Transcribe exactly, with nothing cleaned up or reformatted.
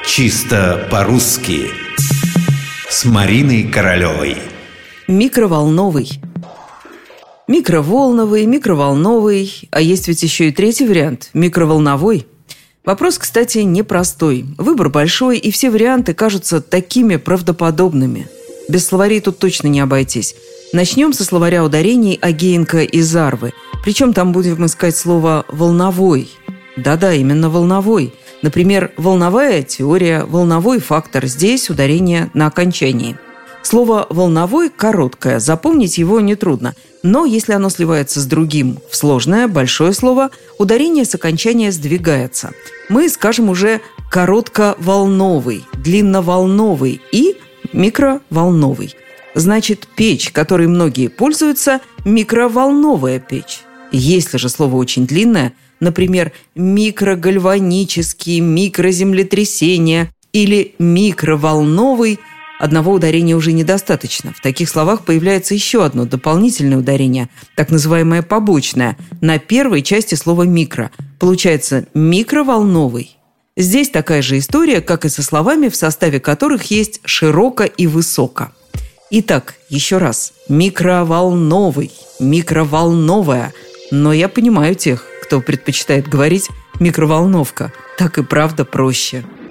Чисто по-русски с Мариной Королевой. Микроволновый. Микроволновый, микроволновый. А есть ведь еще и третий вариант – микроволновой. Вопрос, кстати, непростой. Выбор большой, и все варианты кажутся такими правдоподобными. Без словарей тут точно не обойтись. Начнем со словаря ударений Агеенко и Зарвы. Причем там будем искать слово «волновой». Да-да, именно «волновой». Например, волновая теория, волновой фактор. Здесь ударение на окончании. Слово «волновой» короткое, запомнить его нетрудно. Но если оно сливается с другим в сложное, большое слово, ударение с окончания сдвигается. Мы скажем уже коротковолновый, длинноволновый и микроволновый. Значит, печь, которой многие пользуются, микроволновая печь. Если же слово очень длинное, например, микрогальванический, микроземлетрясение или микроволновый, одного ударения уже недостаточно. В таких словах появляется еще одно дополнительное ударение, так называемое побочное, на первой части слова «микро». Получается микроволновый. Здесь такая же история, как и со словами, в составе которых есть «широко» и «высоко». Итак, еще раз. Микроволновый, микроволновая. Но я понимаю тех, кто предпочитает говорить «микроволновка». Так и правда проще.